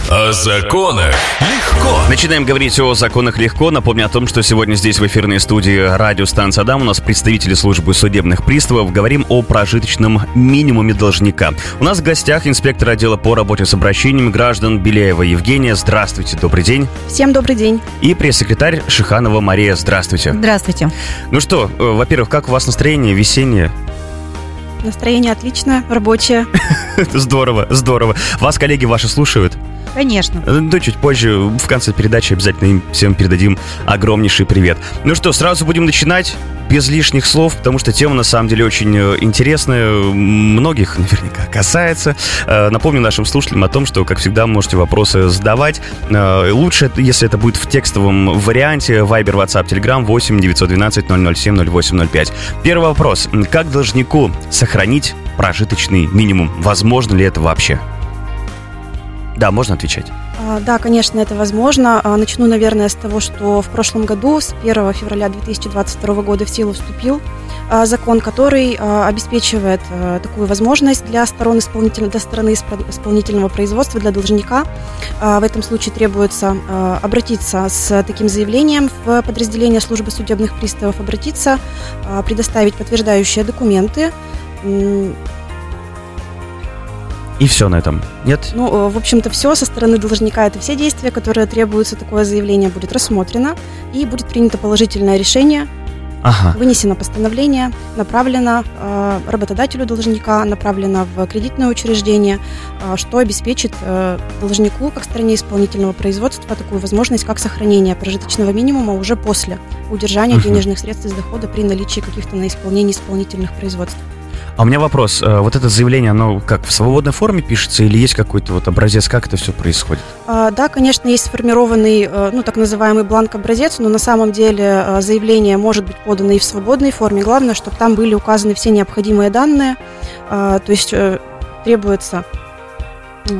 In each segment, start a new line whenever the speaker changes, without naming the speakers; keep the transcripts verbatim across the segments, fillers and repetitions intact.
О законах легко.
Начинаем говорить о законах легко. Напомню о том, что сегодня здесь в эфирной студии радиостанции Адам у нас представители службы судебных приставов. Говорим о прожиточном минимуме должника. У нас в гостях инспектор отдела по работе с обращениями граждан Беляева Евгения. Здравствуйте, добрый день.
Всем добрый день.
И пресс-секретарь Шиханова Мария. Здравствуйте.
Здравствуйте.
Ну что, во-первых, как у вас настроение весеннее?
Настроение отличное, рабочее.
Здорово, здорово. Вас коллеги ваши слушают?
Конечно.
Ну, чуть позже, в конце передачи обязательно им всем передадим огромнейший привет. Ну что, сразу будем начинать, без лишних слов, потому что тема на самом деле очень интересная, многих наверняка касается. Напомню нашим слушателям о том, что, как всегда, можете вопросы задавать. Лучше, если это будет в текстовом варианте, Viber, WhatsApp, Telegram восемь девятьсот двенадцать ноль ноль семь ноль восемь ноль пять. Первый вопрос. Как должнику сохранить прожиточный минимум? Возможно ли это вообще? Да, можно отвечать.
Да, конечно, это возможно. Начну, наверное, с того, что в прошлом году, с первого февраля две тысячи двадцать второго года, в силу вступил закон, который обеспечивает такую возможность для сторон исполнительного, для стороны исполнительного производства, для должника. В этом случае требуется обратиться с таким заявлением в подразделение службы судебных приставов, обратиться, предоставить подтверждающие документы.
И все на этом? Нет?
Ну, в общем-то, все со стороны должника. Это все действия, которые требуются. Такое заявление будет рассмотрено и будет принято положительное решение. Ага. Вынесено постановление, направлено э, работодателю должника, направлено в кредитное учреждение, э, что обеспечит э, должнику, как стороне исполнительного производства, такую возможность, как сохранение прожиточного минимума уже после удержания uh-huh. денежных средств из дохода при наличии каких-то на исполнении исполнительных производств.
А у меня вопрос. Вот это заявление, оно как в свободной форме пишется или есть какой-то вот образец, как это все происходит?
А, да, конечно, есть сформированный, ну, так называемый бланк-образец, но на самом деле заявление может быть подано и в свободной форме. Главное, чтобы там были указаны все необходимые данные, а, то есть требуется, так,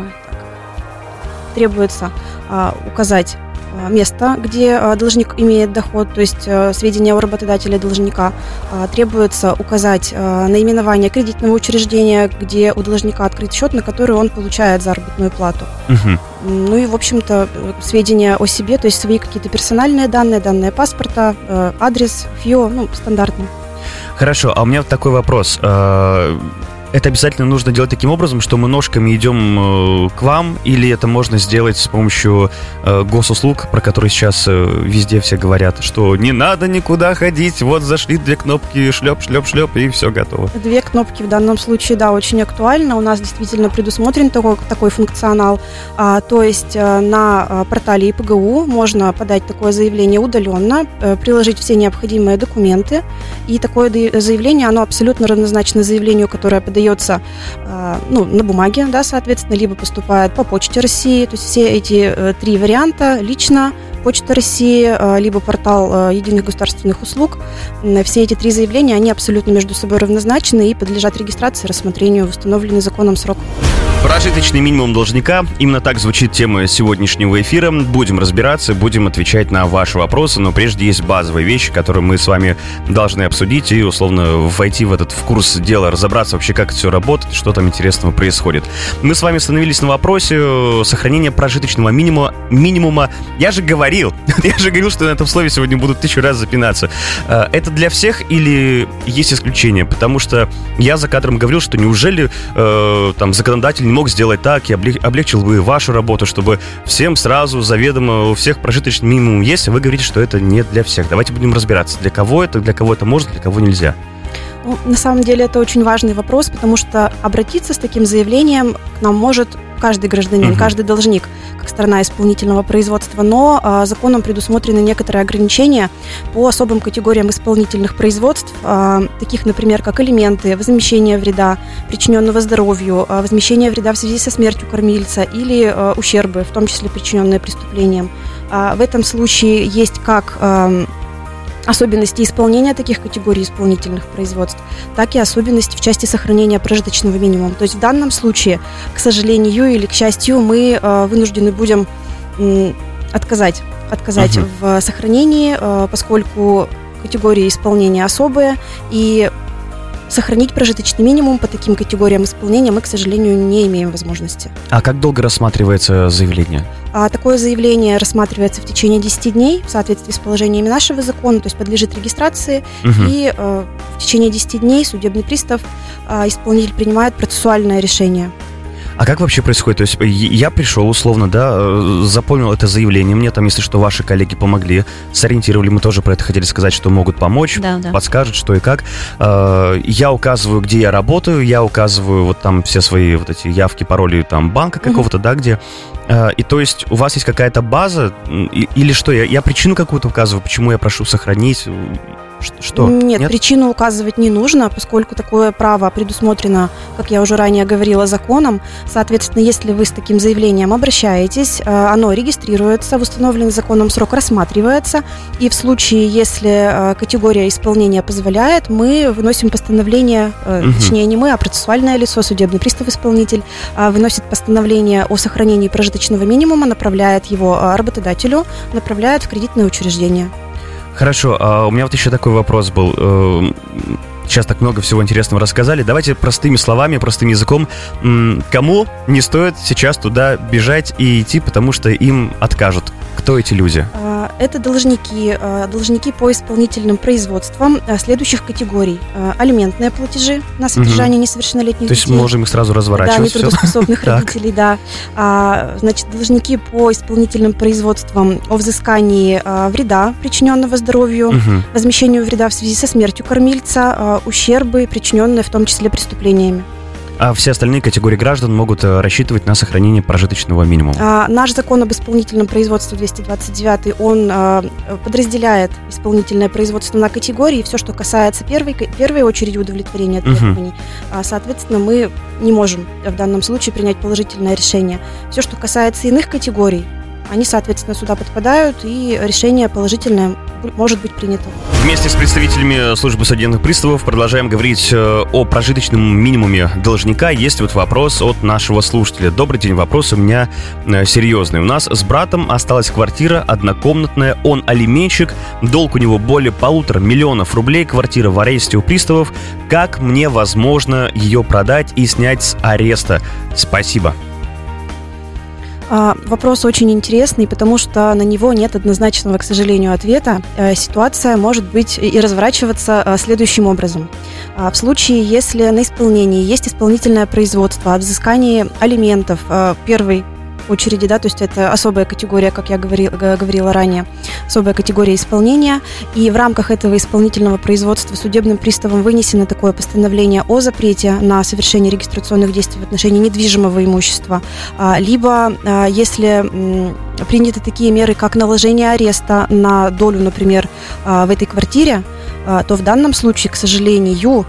требуется а, указать место, где должник имеет доход, то есть сведения о работодателе должника. Требуется указать наименование кредитного учреждения, где у должника открыт счет, на который он получает заработную плату. Угу. Ну и, в общем-то, сведения о себе, то есть свои какие-то персональные данные, данные паспорта, адрес, ФИО, ну, стандартно.
Хорошо, а у меня вот такой вопрос. Это обязательно нужно делать таким образом, что мы ножками идем э, к вам, или это можно сделать с помощью э, госуслуг, про которые сейчас э, везде все говорят, что не надо никуда ходить, вот зашли две кнопки, шлеп, шлеп, шлеп, и все готово.
Две кнопки в данном случае, да, очень актуально. У нас действительно предусмотрен такой, такой функционал. А, то есть а, на портале ИПГУ можно подать такое заявление удаленно, а, приложить все необходимые документы, и такое заявление, оно абсолютно равнозначно заявлению, которое подается дается ну, на бумаге, да, соответственно, либо поступает по Почте России, то есть все эти э, три варианта, лично Почта России, э, либо портал э, единых государственных услуг, э, все эти три заявления, они абсолютно между собой равнозначны и подлежат регистрации и рассмотрению в установленный законом срок.
Прожиточный минимум должника. Именно так звучит тема сегодняшнего эфира. Будем разбираться, будем отвечать на ваши вопросы, но прежде есть базовые вещи, которые мы с вами должны обсудить и, условно, войти в этот в курс дела, разобраться вообще, как это все работает, что там интересного происходит. Мы с вами остановились на вопросе сохранения прожиточного минимума. минимума. Я же говорил, я же говорил, что на этом слове сегодня будут тысячу раз запинаться. Это для всех или есть исключения? Потому что я за кадром говорил, что неужели э, там законодатель не мог сделать так и облегчил бы вашу работу, чтобы всем сразу заведомо у всех прожиточный минимум есть, а вы говорите, что это не для всех. Давайте будем разбираться, для кого это, для кого это можно, для кого нельзя.
Ну, на самом деле это очень важный вопрос, потому что обратиться с таким заявлением к нам может каждый гражданин, uh-huh. каждый должник, как сторона исполнительного производства, но а, законом предусмотрены некоторые ограничения по особым категориям исполнительных производств, а, таких, например, как алименты, возмещение вреда, причиненного здоровью, а, возмещение вреда в связи со смертью кормильца или а, ущербы, в том числе причиненные преступлением. А, в этом случае есть как а, особенности исполнения таких категорий исполнительных производств, так и особенности в части сохранения прожиточного минимума. То есть в данном случае, к сожалению или к счастью, мы э, вынуждены будем м, отказать, отказать uh-huh. в сохранении, э, поскольку категории исполнения особые, и сохранить прожиточный минимум по таким категориям исполнения мы, к сожалению, не имеем возможности.
А как долго рассматривается заявление?
А такое заявление рассматривается в течение десяти дней в соответствии с положениями нашего закона, то есть подлежит регистрации, угу. и э, в течение десяти дней судебный пристав, э, исполнитель принимает процессуальное решение.
А как вообще происходит? То есть я пришел условно, да, заполнил это заявление, мне там, если что, ваши коллеги помогли, сориентировали, мы тоже про это хотели сказать, что могут помочь, да, да. подскажут, что и как. Я указываю, где я работаю, я указываю вот там все свои вот эти явки, пароли там банка какого-то, mm-hmm. да, где... И то есть у вас есть какая-то база или что? Я, я причину какую-то указываю, почему я прошу сохранить... Что?
Нет, Нет, причину указывать не нужно, поскольку такое право предусмотрено, как я уже ранее говорила, законом. Соответственно, если вы с таким заявлением обращаетесь, оно регистрируется, в установленный законом срок рассматривается, и в случае, если категория исполнения позволяет, мы выносим постановление, угу. точнее не мы, а процессуальное лицо, судебный пристав-исполнитель, выносит постановление о сохранении прожиточного минимума, направляет его работодателю, направляет в кредитное учреждение.
Хорошо, а у меня вот еще такой вопрос был. Сейчас так много всего интересного рассказали. Давайте простыми словами, простым языком. Кому не стоит сейчас туда бежать и идти, потому что им откажут? Кто эти люди?
Это должники, должники по исполнительным производствам следующих категорий. Алиментные платежи на содержание угу. несовершеннолетних
То
детей.
То есть можем их сразу разворачивать.
Да, нетрудоспособных родителей, да. Значит, должники по исполнительным производствам о взыскании вреда, причиненного здоровью, угу. возмещению вреда в связи со смертью кормильца, ущербы, причиненные в том числе преступлениями.
А все остальные категории граждан могут рассчитывать на сохранение прожиточного минимума?
А, наш закон об исполнительном производстве двести двадцать девять, он а, подразделяет исполнительное производство на категории. Все, что касается первой, первой очереди удовлетворения требований, угу. а, соответственно, мы не можем в данном случае принять положительное решение. Все, что касается иных категорий, они, соответственно, сюда подпадают, и решение положительное может быть принято.
Вместе с представителями службы судебных приставов продолжаем говорить о прожиточном минимуме должника. Есть вот вопрос от нашего слушателя. Добрый день, вопрос у меня серьезный. У нас с братом осталась квартира однокомнатная, он алименщик, долг у него более полутора миллионов рублей, квартира в аресте у приставов. Как мне возможно ее продать и снять с ареста? Спасибо.
Вопрос очень интересный, потому что на него нет однозначного, к сожалению, ответа. Ситуация может быть и разворачиваться следующим образом. В случае, если на исполнении есть исполнительное производство о взыскании алиментов первой очереди, да, то есть это особая категория, как я говорила, говорила ранее, особая категория исполнения, и в рамках этого исполнительного производства судебным приставом вынесено такое постановление о запрете на совершение регистрационных действий в отношении недвижимого имущества, либо если приняты такие меры, как наложение ареста на долю, например, в этой квартире, то в данном случае, к сожалению,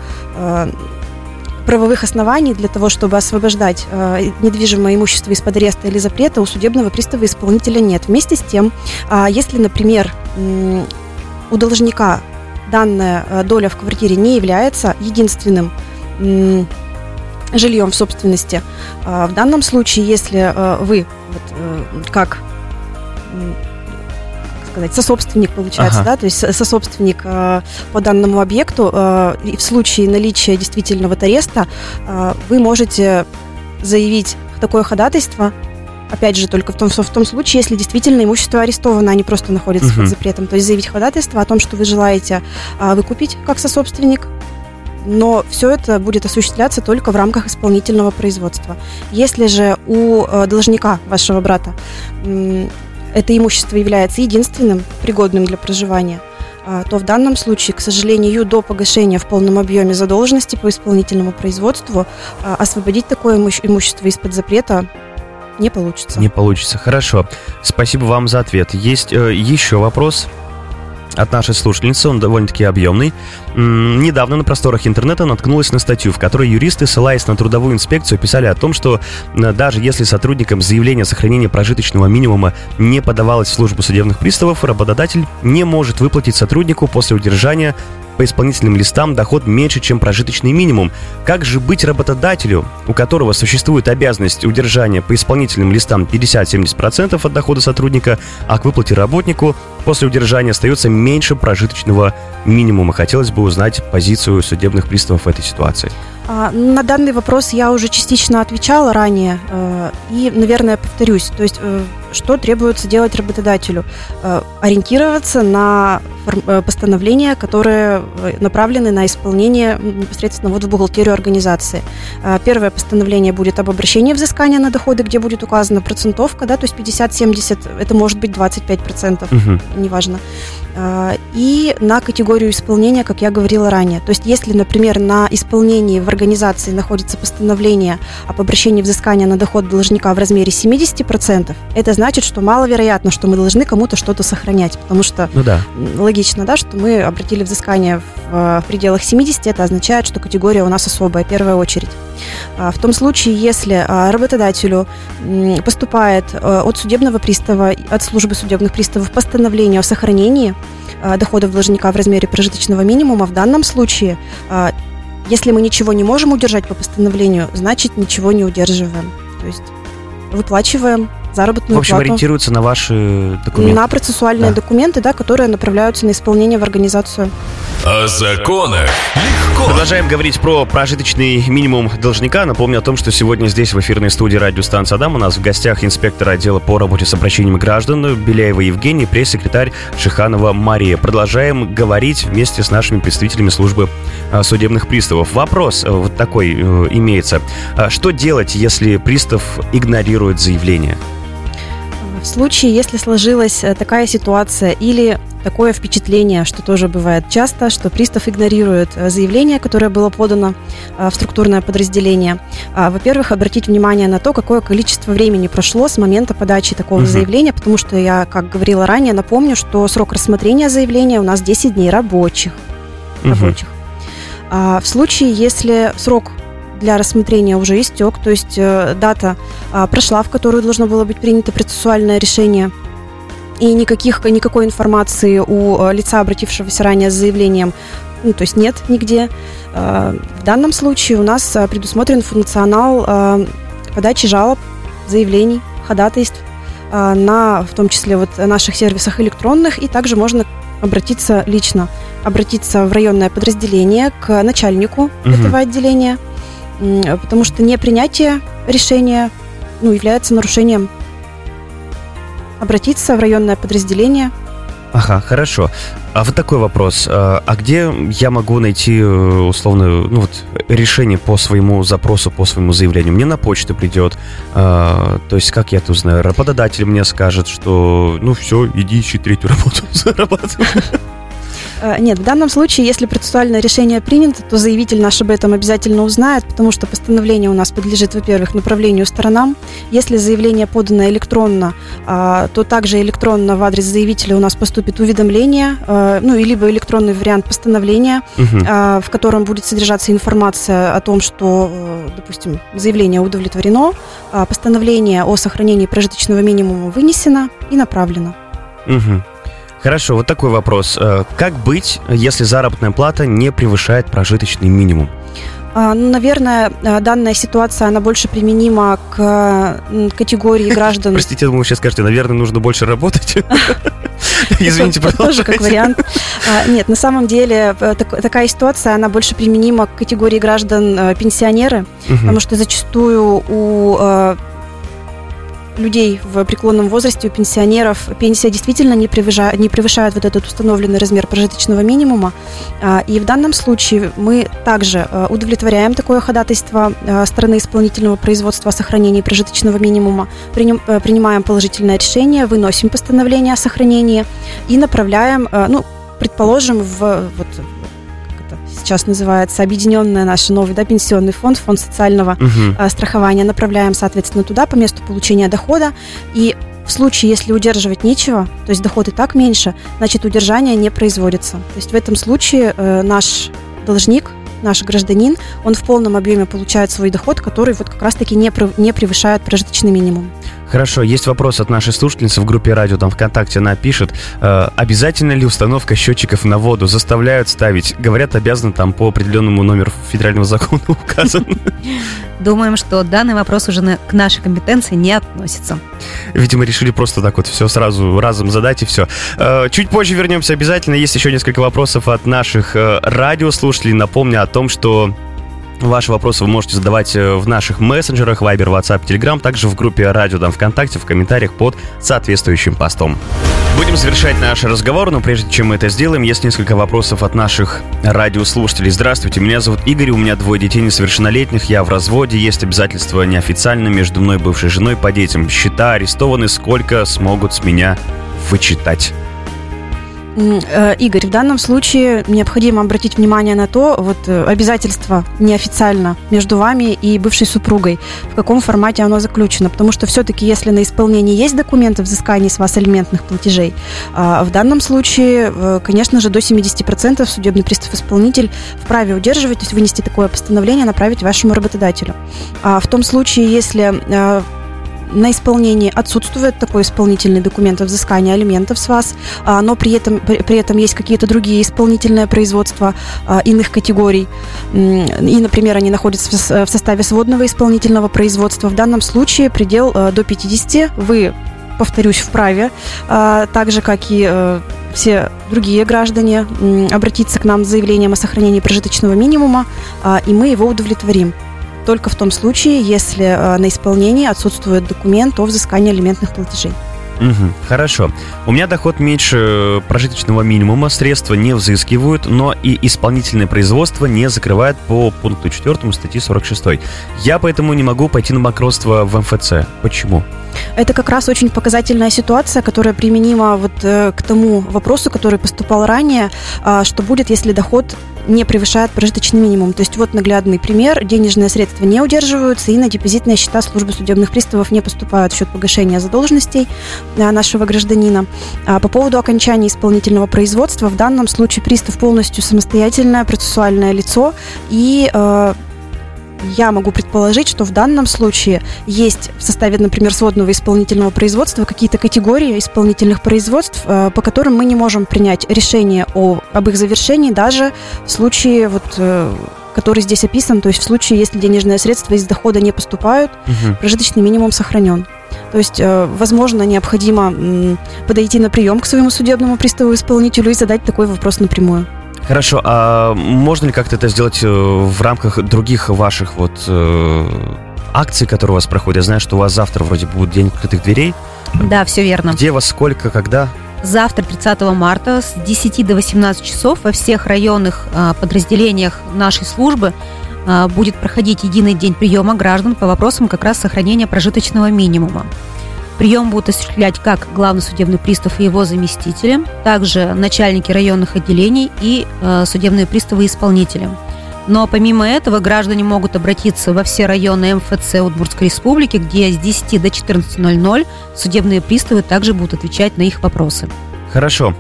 правовых оснований для того, чтобы освобождать э, недвижимое имущество из-под ареста или запрета у судебного пристава-исполнителя нет. Вместе с тем, э, если, например, э, у должника данная э, доля в квартире не является единственным э, жильем в собственности, э, в данном случае, если э, вы вот, э, как... Э, сособственник, получается, ага. да, то есть сособственник э, по данному объекту, э, и в случае наличия действительно вот ареста э, вы можете заявить такое ходатайство, опять же, только в том, в том случае, если действительно имущество арестовано, а не просто находится угу. под запретом, то есть заявить ходатайство о том, что вы желаете э, выкупить как сособственник, но все это будет осуществляться только в рамках исполнительного производства. Если же у э, должника, вашего брата, э, это имущество является единственным пригодным для проживания, то в данном случае, к сожалению, до погашения в полном объеме задолженности по исполнительному производству освободить такое имущество из-под запрета не получится.
Не получится. Хорошо. Спасибо вам за ответ. Есть э, еще вопрос от нашей слушательницы, он довольно-таки объемный. М-м, недавно на просторах интернета наткнулась на статью, в которой юристы, ссылаясь на трудовую инспекцию, писали о том, что э, даже если сотрудникам заявление о сохранении прожиточного минимума не подавалось в службу судебных приставов, работодатель не может выплатить сотруднику после удержания по исполнительным листам доход меньше, чем прожиточный минимум. Как же быть работодателю, у которого существует обязанность удержания по исполнительным листам пятьдесят-семьдесят процентов от дохода сотрудника, а к выплате работнику после удержания остается меньше прожиточного минимума? Хотелось бы узнать позицию судебных приставов в этой ситуации.
На данный вопрос я уже частично отвечала ранее и, наверное, повторюсь. То есть, что требуется делать работодателю? Ориентироваться на постановления, которые направлены на исполнение непосредственно вот в бухгалтерию организации. Первое постановление будет об обращении взыскания на доходы, где будет указана процентовка, да, то есть пятьдесят-семьдесят, это может быть двадцать пять процентов, угу. неважно. И на категорию исполнения, как я говорила ранее. То есть, если, например, на исполнении в организации находится постановление об обращении взыскания на доход должника в размере семьдесят процентов, это значит, что маловероятно, что мы должны кому-то что-то сохранять, потому что ну да. логично, да, что мы обратили взыскание в, в пределах семидесяти, это означает, что категория у нас особая, в первую очередь. В том случае, если работодателю поступает от судебного пристава, от службы судебных приставов постановление о сохранении доходов должника в размере прожиточного минимума, в данном случае, если мы ничего не можем удержать по постановлению, значит, ничего не удерживаем. То есть выплачиваем заработную плату.
В общем, плату. Ориентируются на ваши документы.
На процессуальные да. документы, да, которые направляются на исполнение в организацию.
О законах легко.
Продолжаем говорить про прожиточный минимум должника. Напомню о том, что сегодня здесь в эфирной студии радиостанции «Адам» у нас в гостях инспектор отдела по работе с обращениями граждан Беляева Евгений, пресс-секретарь Шиханова Мария. Продолжаем говорить вместе с нашими представителями службы судебных приставов. Вопрос вот такой имеется. Что делать, если пристав игнорирует заявление?
В случае, если сложилась такая ситуация или такое впечатление, что тоже бывает часто, что пристав игнорирует заявление, которое было подано в структурное подразделение. Во-первых, обратить внимание на то, какое количество времени прошло с момента подачи такого uh-huh. заявления, потому что я, как говорила ранее, напомню, что срок рассмотрения заявления у нас десять дней рабочих. Uh-huh. рабочих. В случае, если срок для рассмотрения уже истек, то есть э, дата э, прошла, в которую должно было быть принято процессуальное решение, и никаких, никакой информации у э, лица, обратившегося ранее с заявлением, ну, то есть нет нигде. Э, в данном случае у нас э, предусмотрен функционал э, подачи жалоб, заявлений, ходатайств э, на, в том числе, вот, наших сервисах электронных, и также можно обратиться лично, обратиться в районное подразделение к начальнику угу. этого отделения, потому что непринятие решения ну, является нарушением. Обратиться в районное подразделение.
Ага, хорошо. А вот такой вопрос. А где я могу найти условно ну, вот, решение по своему запросу, по своему заявлению? Мне на почту придет. А, то есть как я это узнаю? Работодатель мне скажет, что ну все, иди ищи третью работу, зарабатывай.
Нет, в данном случае, если процессуальное решение принято, то заявитель наш об этом обязательно узнает, потому что постановление у нас подлежит, во-первых, направлению сторонам. Если заявление подано электронно, то также электронно в адрес заявителя у нас поступит уведомление, ну, и либо электронный вариант постановления, угу. в котором будет содержаться информация о том, что, допустим, заявление удовлетворено, постановление о сохранении прожиточного минимума вынесено и направлено.
Угу. Хорошо, вот такой вопрос. Как быть, если заработная плата не превышает прожиточный минимум?
Наверное, данная ситуация, она больше применима к категории граждан.
Простите, я думаю, вы сейчас скажете, наверное, нужно больше работать. Извините, продолжайте.
Тоже как вариант. Нет, на самом деле такая ситуация, она больше применима к категории граждан пенсионеры, потому что зачастую у людей в преклонном возрасте, у пенсионеров пенсия действительно не превышает, не превышает вот этот установленный размер прожиточного минимума. И в данном случае мы также удовлетворяем такое ходатайство стороны исполнительного производства о сохранении прожиточного минимума, принимаем положительное решение, выносим постановление о сохранении и направляем, ну, предположим, в вот, сейчас называется объединенный наш новый да, пенсионный фонд, фонд социального uh-huh. страхования. Направляем, соответственно, туда по месту получения дохода. И в случае, если удерживать нечего, то есть доход и так меньше, значит, удержание не производится. То есть в этом случае э, наш должник, наш гражданин, он в полном объеме получает свой доход, который вот как раз-таки не, не превышает прожиточный минимум.
Хорошо, есть вопрос от нашей слушательницы в группе радио, там ВКонтакте она пишет, э, обязательно ли установка счетчиков на воду? Заставляют ставить. Говорят, обязаны там по определенному номеру федерального закона указан.
Думаем, что данный вопрос уже на, к нашей компетенции не относится.
Видимо, решили просто так вот все сразу разом задать и все. Э, чуть позже вернемся обязательно. Есть еще несколько вопросов от наших э, радиослушателей. Напомню о том, что ваши вопросы вы можете задавать в наших мессенджерах Viber, WhatsApp, Telegram, также в группе радио там ВКонтакте, в комментариях под соответствующим постом. Будем завершать наш разговор, но прежде чем мы это сделаем, есть несколько вопросов от наших радиослушателей. Здравствуйте, меня зовут Игорь, у меня двое детей несовершеннолетних, я в разводе, есть обязательства неофициально между мной и бывшей женой по детям. Счета арестованы, сколько смогут с меня вычитать?
Игорь, в данном случае необходимо обратить внимание на то, вот обязательство неофициально между вами и бывшей супругой, в каком формате оно заключено, потому что все-таки, если на исполнении есть документы взыскания с вас алиментных платежей, в данном случае, конечно же, до семьдесят процентов судебный пристав-исполнитель вправе удерживать, то есть вынести такое постановление, направить вашему работодателю. А в том случае, если на исполнении отсутствует такой исполнительный документ о взыскании алиментов с вас, но при этом, при этом есть какие-то другие исполнительные производства иных категорий, и, например, они находятся в составе сводного исполнительного производства. В данном случае предел до пятидесяти, вы, повторюсь, вправе, так же, как и все другие граждане, обратиться к нам с заявлением о сохранении прожиточного минимума, и мы его удовлетворим. Только в том случае, если э, на исполнении отсутствует документ о взыскании алиментных платежей.
Угу, хорошо. У меня доход меньше прожиточного минимума, средства не взыскивают, но и исполнительное производство не закрывает по пункту четвёртому статьи сорок шесть. Я поэтому не могу пойти на банкротство в эм эф цэ. Почему?
Это как раз очень показательная ситуация, которая применима вот э, к тому вопросу, который поступал ранее, э, что будет, если доход не превышает прожиточный минимум. То есть вот наглядный пример. Денежные средства не удерживаются и на депозитные счета службы судебных приставов не поступают в счет погашения задолженностей нашего гражданина. А по поводу окончания исполнительного производства, в данном случае пристав полностью самостоятельное процессуальное лицо, и э, я могу предположить, что в данном случае есть в составе, например, сводного исполнительного производства какие-то категории исполнительных производств, по которым мы не можем принять решение о, об их завершении даже в случае, вот, который здесь описан, то есть в случае, если денежные средства из дохода не поступают, угу. прожиточный минимум сохранен. То есть, возможно, необходимо подойти на прием к своему судебному приставу-исполнителю и задать такой вопрос напрямую.
Хорошо, а можно ли как-то это сделать в рамках других ваших вот э, акций, которые у вас проходят? Я знаю, что у вас завтра вроде будет день открытых дверей.
Да, все верно.
Где, во сколько, когда?
Завтра, тридцатого марта, с десяти до восемнадцати часов во всех районных а, подразделениях нашей службы а, будет проходить единый день приема граждан по вопросам как раз сохранения прожиточного минимума. Прием будут осуществлять как главный судебный пристав и его заместители, также начальники районных отделений и э, судебные приставы и исполнители. Но помимо этого граждане могут обратиться во все районы эм эф цэ Удмуртской Республики, где с десяти до четырнадцати ноль-ноль судебные приставы также будут отвечать на их вопросы.
Хорошо.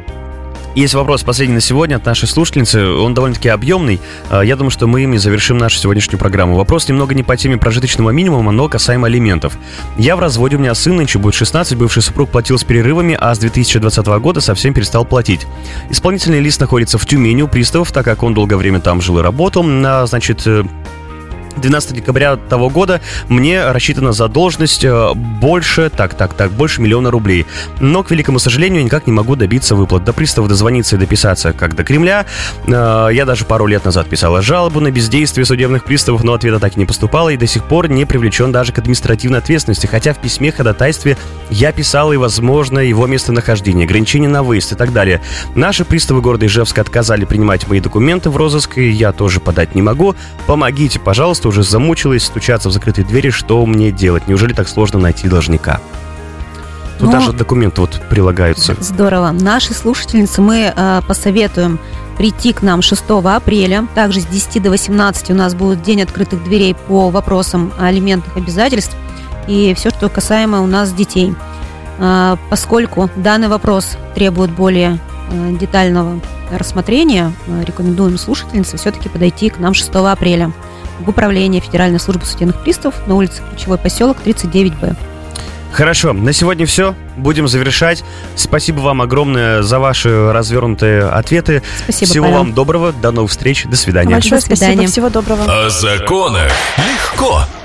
Есть вопрос последний на сегодня от нашей слушательницы. Он довольно-таки объемный. Я думаю, что мы ими завершим нашу сегодняшнюю программу. Вопрос немного не по теме прожиточного минимума, но касаемо алиментов. Я в разводе, у меня сын нынче будет шестнадцать, бывший супруг платил с перерывами, а с две тысячи двадцатого года совсем перестал платить. Исполнительный лист находится в Тюмени у приставов, так как он долгое время там жил и работал. Значит, двенадцатого декабря того года мне рассчитана задолженность больше, так, так, так, больше миллиона рублей. Но, к великому сожалению, я никак не могу добиться выплат. До пристава дозвониться и дописаться как до Кремля. Я даже пару лет назад писала жалобу на бездействие судебных приставов, но ответа так и не поступало, и до сих пор не привлечен даже к административной ответственности. Хотя в письме ходатайстве я писал и, возможно, его местонахождение, ограничения на выезд и так далее. Наши приставы города Ижевска отказали принимать мои документы в розыск, и я тоже подать не могу. Помогите, пожалуйста. Уже замучилась стучаться в закрытые двери, что мне делать? Неужели так сложно найти должника? Тут ну, даже документы вот прилагаются.
Здорово. Наши слушательницы мы э, посоветуем прийти к нам шестого апреля. Также с десяти до восемнадцати у нас будет день открытых дверей по вопросам алиментных обязательств и все, что касаемо у нас детей. Э, поскольку данный вопрос требует более э, детального рассмотрения, э, рекомендуем слушательнице все-таки подойти к нам шестого апреля в управление Федеральной службы судебных приставов на улице Ключевой поселок, тридцать девять бэ.
Хорошо, на сегодня все. Будем завершать. Спасибо вам огромное за ваши развернутые ответы.
Спасибо,
Всего
Павел.
вам доброго. До новых встреч. До свидания.
Большое
До свидания.
спасибо. Всего доброго.
О законах легко.